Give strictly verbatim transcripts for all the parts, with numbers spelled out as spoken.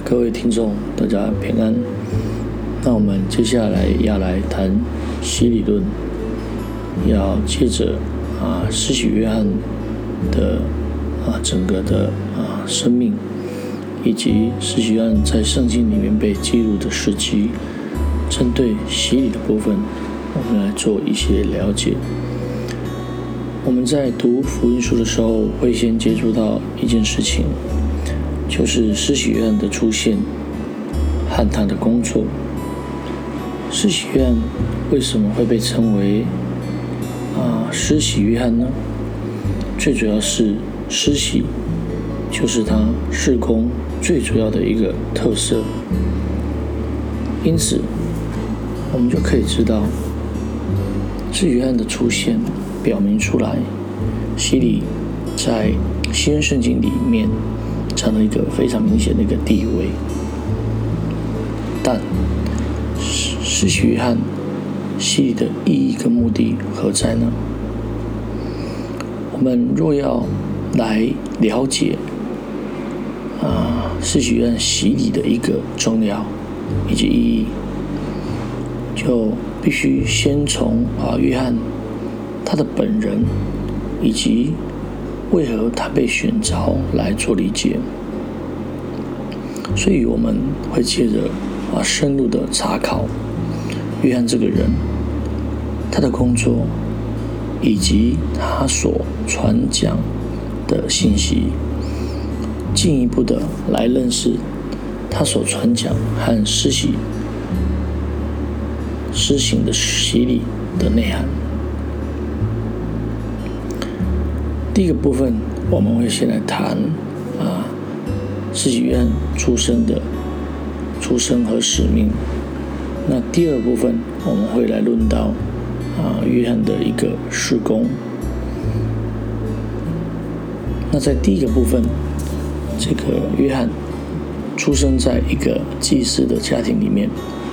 各位听众，大家平安。那我们接下来要来谈洗礼论，要接着啊施洗约翰的啊整个的啊生命，以及施洗约翰在圣经里面被记录的事迹，针对洗礼的部分，我们来做一些了解。我们在读福音书的时候，会先接触到一件事情，就是施洗约翰的出现和他的工作。施洗约翰为什么会被称为啊施洗约翰呢？最主要是施洗就是他事工最主要的一个特色，因此我们就可以知道，施洗约翰的出现表明出来，洗礼在新约圣经里面占了一个非常明显的一个地位。但施洗约翰洗礼的意义跟目的何在呢？我们若要来了解啊施洗约翰洗礼的一个重要以及意义，就必须先从啊约翰他的本人以及为何他被选召来做理解。所以我们会接着啊深入的查考约翰这个人，他的工作以及他所传讲的信息，进一步的来认识他所传讲和施洗施行的洗礼的内涵。第一个部分，我们会先来谈啊施洗约翰出生的出生和使命。那第二部分，我们会来论到啊约翰的一个事工。那在第一个部分，这个约翰出生在一个祭司的家庭里面，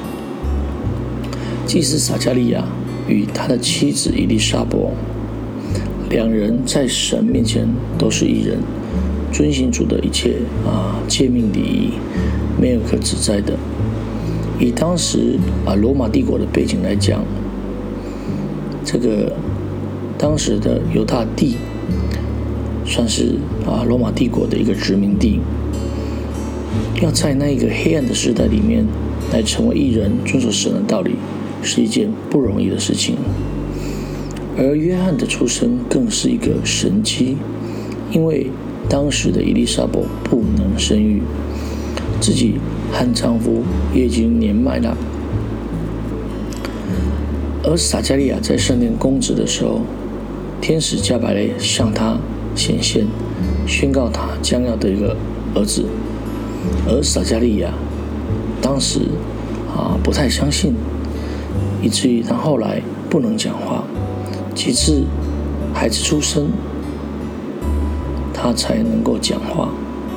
祭司撒迦利亚与他的妻子以利沙伯，两人在神面前都是义人，遵行主的一切啊诫命礼仪，没有可指摘的。以当时啊罗马帝国的背景来讲，这个当时的犹大地算是啊罗马帝国的一个殖民地，要在那一个黑暗的时代里面来成为义人，遵守神的道理，是一件不容易的事情。而约翰的出生更是一个神迹，因为当时的以利沙伯不能生育，自己和丈夫也已经年迈了。而撒迦利亚在圣殿供职的时候，天使加百列向他显现，宣告他将要的一个儿子。而撒迦利亚当时啊不太相信，以至于他后来不能讲话，其次孩子出生，他才能够讲话。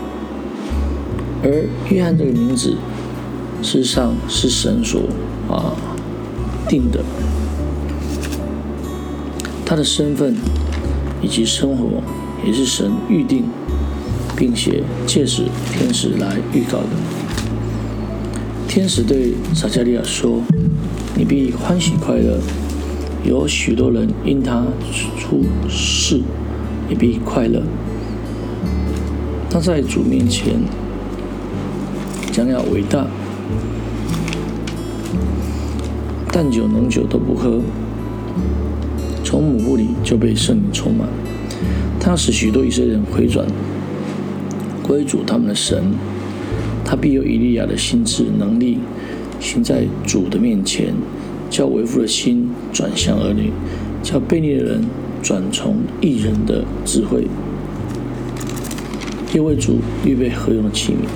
而约翰这个名字，事实上是神所啊定的，他的身份以及生活也是神预定，并且借使天使来预告的。天使对撒迦利亚说：“你必欢喜快乐，有许多人因他出世也必快乐。他在主面前将要伟大，淡酒浓酒都不喝，从母腹里就被圣灵充满。他要使许多以色列人回转归主他们的神。他必有以利亚的心智能力，行在主的面前，叫为父的心转向儿女，叫悖逆的人转从义人的智慧，又为主预备合用的器皿。”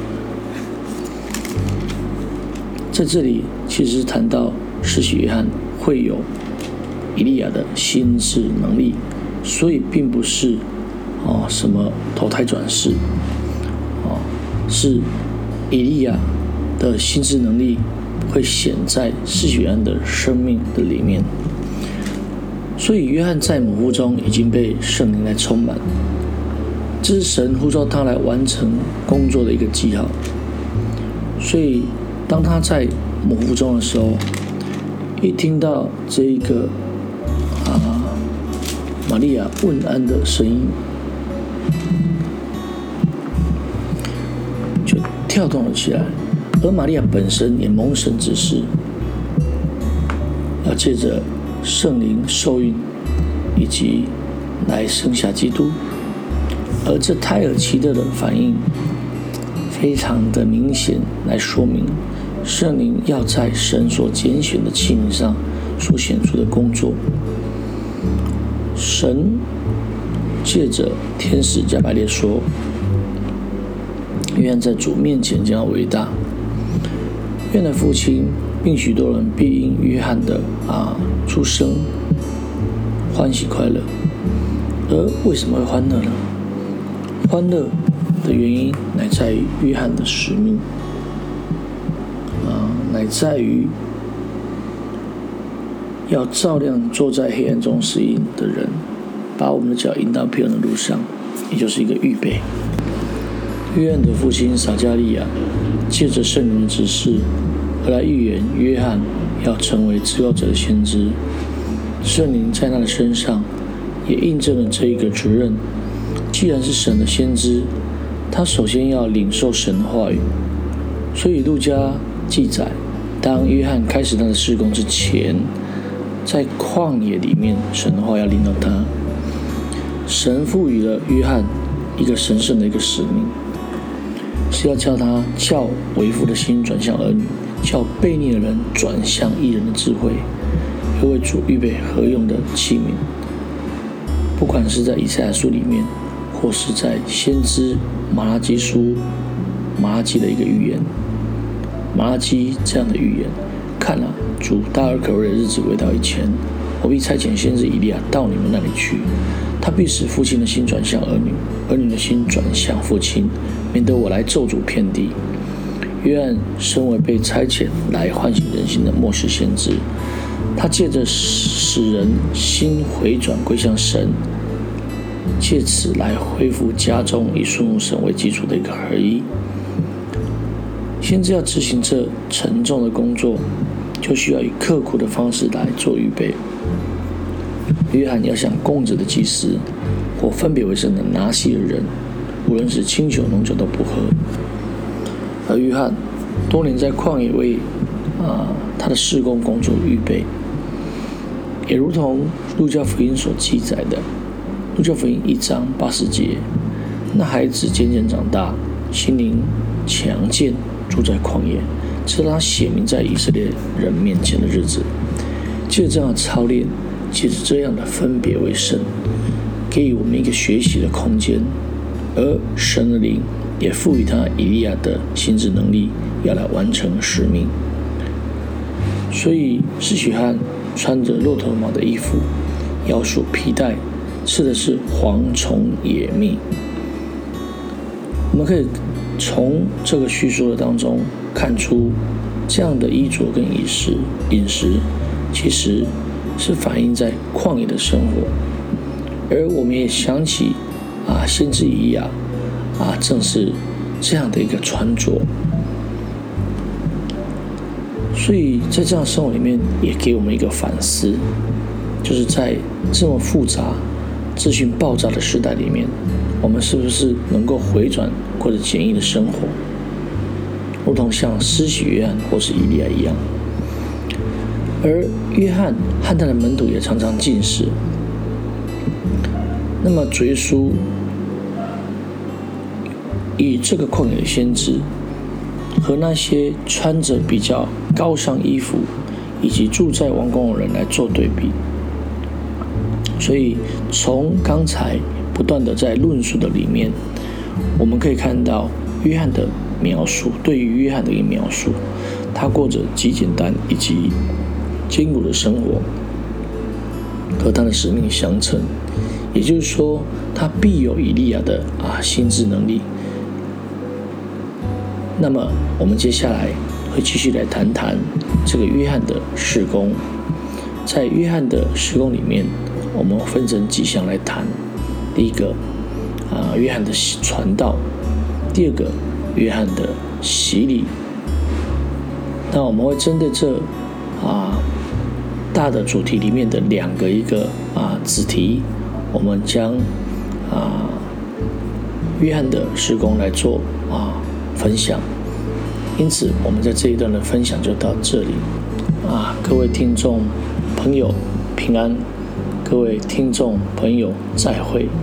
在这里其实谈到施洗约翰会有以利亚的心智能力，所以并不是哦什么投胎转世，哦是以利亚的心智能力会显在施洗约翰的生命的里面。所以约翰在母腹中已经被圣灵来充满，这是神呼召他来完成工作的一个记号。 所以当他在母腹中的时候，一听到这一个啊玛利亚问安的声音，就跳动了起来。而玛利亚本身也蒙神指示，要借着圣灵受孕，以及来生下基督。而这胎儿期的反应非常的明显，来说明圣灵要在神所拣选的器皿上所显出的工作。神借着天使加百列说，约翰在主面前将要伟大。约翰的父亲并许多人必因约翰的啊出生欢喜快乐。而为什么会欢乐呢？欢乐的原因乃在于约翰的使命，啊，乃在于要照亮坐在黑暗中死荫的人，把我们的脚引到平安的路上，也就是一个预备。约翰的父亲撒迦利亚借着圣灵指示而来预言约翰要成为至高者的先知，圣灵在他的身上也印证了这一个责任。既然是神的先知，他首先要领受神的话语。所以路加记载，当约翰开始他的事工之前，在旷野里面，神的话要领导他。神赋予了约翰一个神圣的一个使命，是要叫他叫为父的心转向儿女，叫悖逆的人转向义人的智慧，又为主预备合用的器皿。不管是在以赛亚书里面，或是在先知马拉基书马拉基的一个预言，马拉基这样的预言，看啊，主大而可畏的日子未到以前，我必差遣先知以利亚到你们那里去，他必使父亲的心转向儿女，儿女的心转向父亲，免得我来咒诅遍地。约翰身为被差遣来唤醒人心的末世先知，他借着使人心回转归向神，借此来恢复家中以顺服神为基础的一个合一。先知要执行这沉重的工作，就需要以刻苦的方式来做预备。约翰要像公职的祭司或分别为圣的拿西尔人，无论是清酒浓酒都不喝。而约翰多年在旷野为啊他的事工工作预备，也如同路加福音所记载的，路加福音一章八十节，那孩子渐渐长大，心灵强健，住在旷野，这是他显明在以色列人面前的日子。借着这样的操练，借着这样的分别为圣，给予我们一个学习的空间。而神的灵也赋予他以利亚的心智能力，要来完成使命。所以使徒约翰穿着骆驼毛的衣服，腰束皮带，吃的是蝗虫野蜜。我们可以从这个叙述的当中看出，这样的衣着跟饮食饮食其实是反映在旷野的生活。而我们也想起啊，先知以利亚啊，正是这样的一个穿着。所以在这样的生活里面，也给我们一个反思，就是在这么复杂、资讯爆炸的时代里面，我们是不是能够回转过着简易的生活，如同像施洗约翰或是以利亚一样。而约翰和他的门徒也常常禁食。那么主耶稣以这个旷野的先知和那些穿着比较高尚衣服以及住在王宫的人来做对比。所以从刚才不断的在论述的里面，我们可以看到约翰的描述，对于约翰的一个描述，他过着极简单以及艰苦的生活，和他的使命相称。也就是说，他必有以利亚的啊心智能力。那么我们接下来会继续来谈谈这个约翰的事工。在约翰的事工里面，我们分成几项来谈。第一个啊，约翰的传道；第二个，约翰的洗礼； 那我们会针对这啊大的主题里面的两个一个啊子题，我们将啊约翰的事工来做啊分享。因此，我们在这一段的分享就到这里啊，各位听众朋友平安，各位听众朋友再会。